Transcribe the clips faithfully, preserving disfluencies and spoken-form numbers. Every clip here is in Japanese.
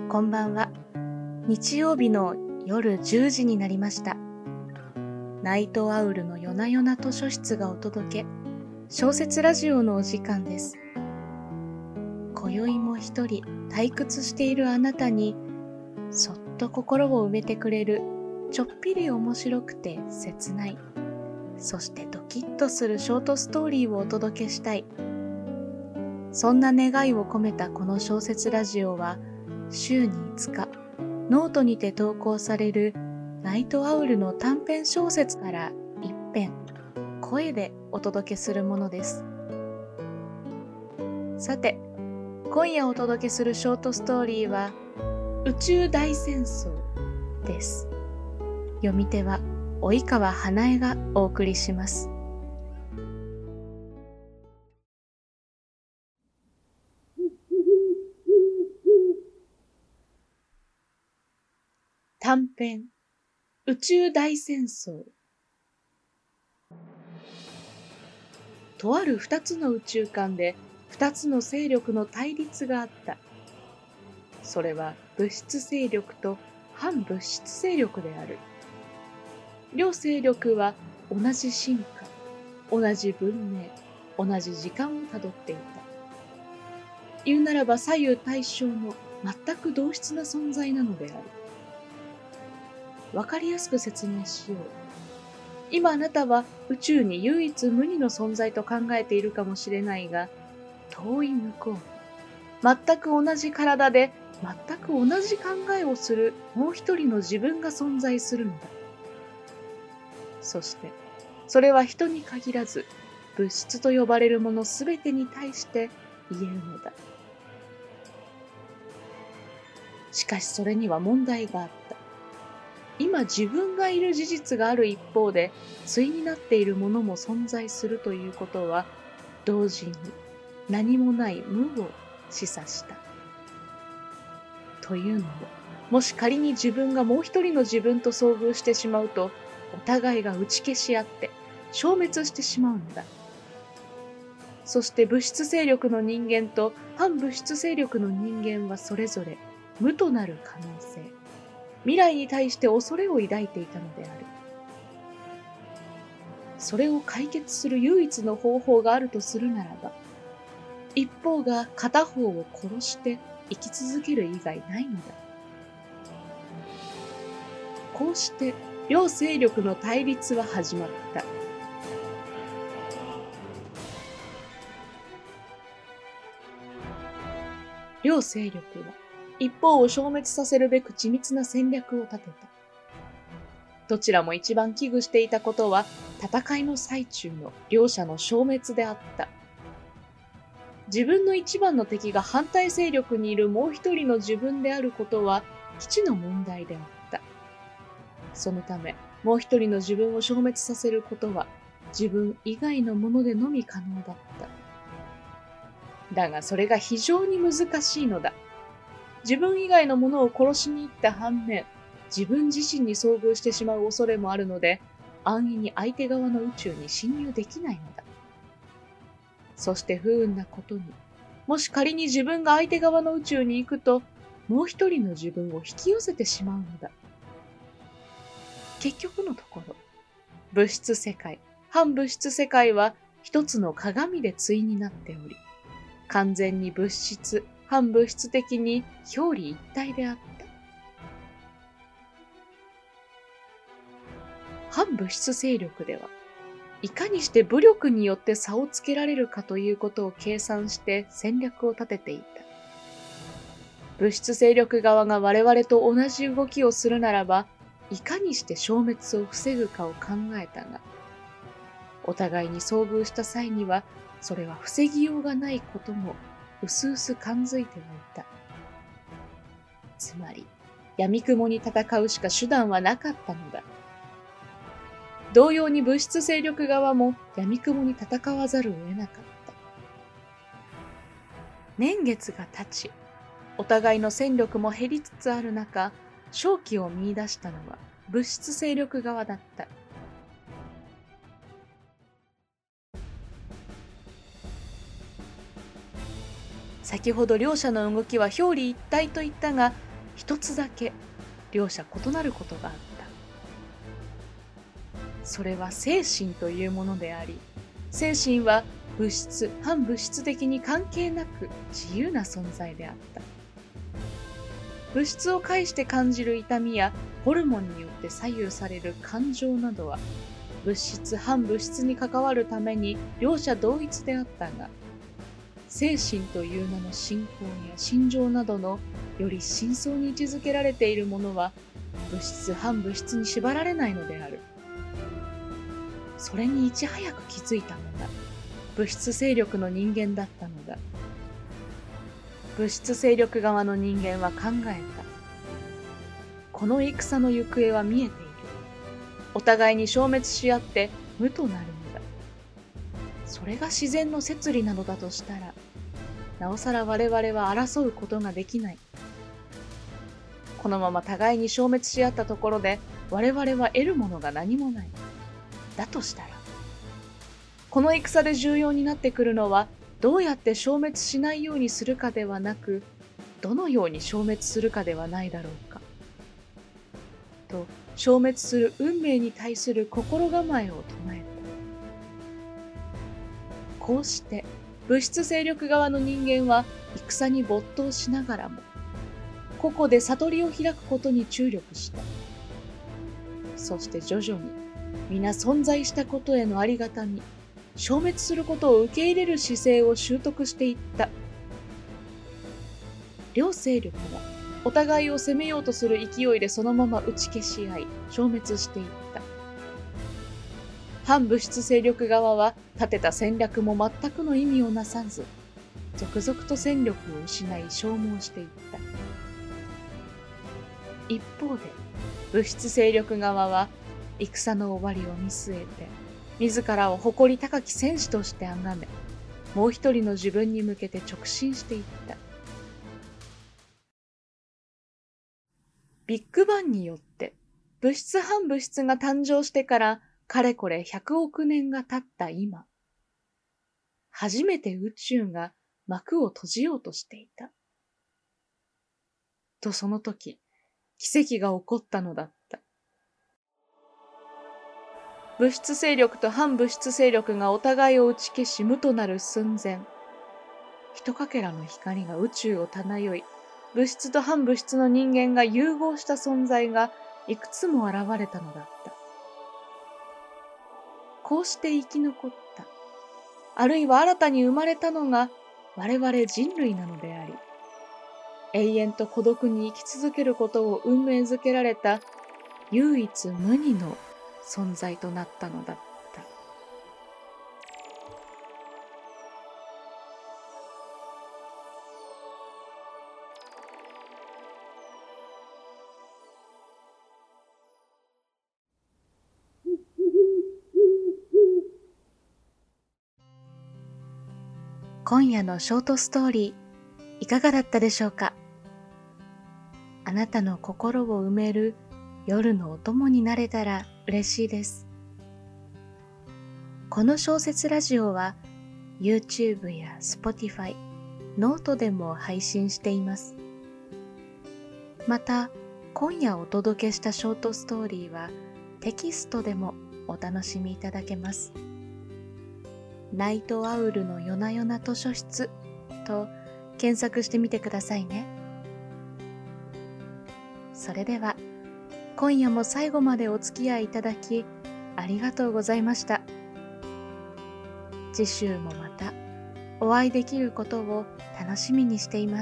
こんばんは。日曜日の夜じゅうじになりました。ナイトアウルの夜な夜な図書室がお届け、小説ラジオのお時間です。今宵も一人退屈しているあなたに、そっと心を埋めてくれる、ちょっぴり面白くて切ない、そしてドキッとするショートストーリーをお届けしたい。そんな願いを込めたこの小説ラジオは、週にいつか、ノートにて投稿されるナイトアウルの短編小説から一編、声でお届けするものです。さて、今夜お届けするショートストーリーは、宇宙大戦争です。読み手は及川花江がお送りします。短編宇宙大戦争。とある二つの宇宙間で二つの勢力の対立があった。それは物質勢力と反物質勢力である。両勢力は同じ進化、同じ文明、同じ時間をたどっていた。言うならば左右対称の全く同質な存在なのである。わかりやすく説明しよう。今あなたは宇宙に唯一無二の存在と考えているかもしれないが、遠い向こうに、全く同じ体で全く同じ考えをするもう一人の自分が存在するのだ。そして、それは人に限らず、物質と呼ばれるものすべてに対して言えるのだ。しかしそれには問題があった。今自分がいる事実がある一方で、対になっているものも存在するということは、同時に何もない無を示唆した。というのも、もし仮に自分がもう一人の自分と遭遇してしまうと、お互いが打ち消し合って消滅してしまうのだ。そして物質勢力の人間と反物質勢力の人間はそれぞれ無となる可能性、未来に対して恐れを抱いていたのである。それを解決する唯一の方法があるとするならば、一方が片方を殺して生き続ける以外ないのだ。こうして両勢力の対立は始まった。両勢力は一方を消滅させるべく緻密な戦略を立てた。どちらも一番危惧していたことは、戦いの最中の両者の消滅であった。自分の一番の敵が反対勢力にいるもう一人の自分であることは、基地の問題であった。そのため、もう一人の自分を消滅させることは、自分以外のものでのみ可能だった。だがそれが非常に難しいのだ。自分以外のものを殺しに行った反面、自分自身に遭遇してしまう恐れもあるので、安易に相手側の宇宙に侵入できないのだ。そして不運なことに、もし仮に自分が相手側の宇宙に行くと、もう一人の自分を引き寄せてしまうのだ。結局のところ、物質世界、反物質世界は一つの鏡で対になっており、完全に物質、反物質的に表裏一体であった。反物質勢力では、いかにして武力によって差をつけられるかということを計算して戦略を立てていた。物質勢力側が我々と同じ動きをするならば、いかにして消滅を防ぐかを考えたが、お互いに遭遇した際には、それは防ぎようがないこともうすうす感づいてはいた。つまり、闇雲に戦うしか手段はなかったのだ。同様に物質勢力側も闇雲に戦わざるを得なかった。年月が経ち、お互いの戦力も減りつつある中、勝機を見出したのは物質勢力側だった。先ほど両者の動きは表裏一体と言ったが、 一つだけ両者異なることがあった。それは精神というものであり、精神は物質、反物質的に関係なく自由な存在であった。物質を介して感じる痛みやホルモンによって左右される感情などは物質、反物質に関わるために両者同一であったが、精神という名の信仰や心情などのより深層に位置づけられているものは物質、反物質に縛られないのである。それにいち早く気づいたのが物質勢力の人間だったのだ。物質勢力側の人間は考えた。この戦の行方は見えている。お互いに消滅し合って無となるのだ。それが自然の摂理なのだとしたら、なおさら我々は争うことができない。このまま互いに消滅し合ったところで我々は得るものが何もない。だとしたら、この戦で重要になってくるのは、どうやって消滅しないようにするかではなく、どのように消滅するかではないだろうか。と、消滅する運命に対する心構えを唱えた。こうして、物質勢力側の人間は戦に没頭しながらも、個々で悟りを開くことに注力した。そして徐々に、皆存在したことへのありがたみ、消滅することを受け入れる姿勢を習得していった。両勢力はお互いを攻めようとする勢いでそのまま打ち消し合い、消滅していった。反物質勢力側は立てた戦略も全くの意味をなさず、続々と戦力を失い消耗していった。一方で、物質勢力側は戦の終わりを見据えて、自らを誇り高き戦士として崇め、もう一人の自分に向けて直進していった。ビッグバンによって物質反物質が誕生してからかれこれひゃくおくねんが経った今、初めて宇宙が幕を閉じようとしていた。とその時、奇跡が起こったのだった。物質勢力と反物質勢力がお互いを打ち消し無となる寸前、一かけらの光が宇宙を漂い、物質と反物質の人間が融合した存在がいくつも現れたのだった。こうして生き残った、あるいは新たに生まれたのが我々人類なのであり、永遠と孤独に生き続けることを運命づけられた唯一無二の存在となったのだった。今夜のショートストーリーいかがだったでしょうか。あなたの心を埋める夜のお供になれたら嬉しいです。この小説ラジオは YouTube や Spotify、ノートでも配信しています。また、今夜お届けしたショートストーリーはテキストでもお楽しみいただけます。ナイトアウルの夜な夜な図書室と検索してみてくださいね。それでは、今夜も最後までお付き合いいただきありがとうございました。次週もまたお会いできることを楽しみにしています。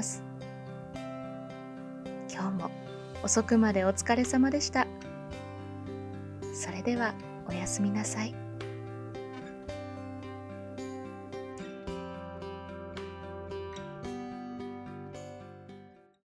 今日も遅くまでお疲れ様でした。それではおやすみなさい。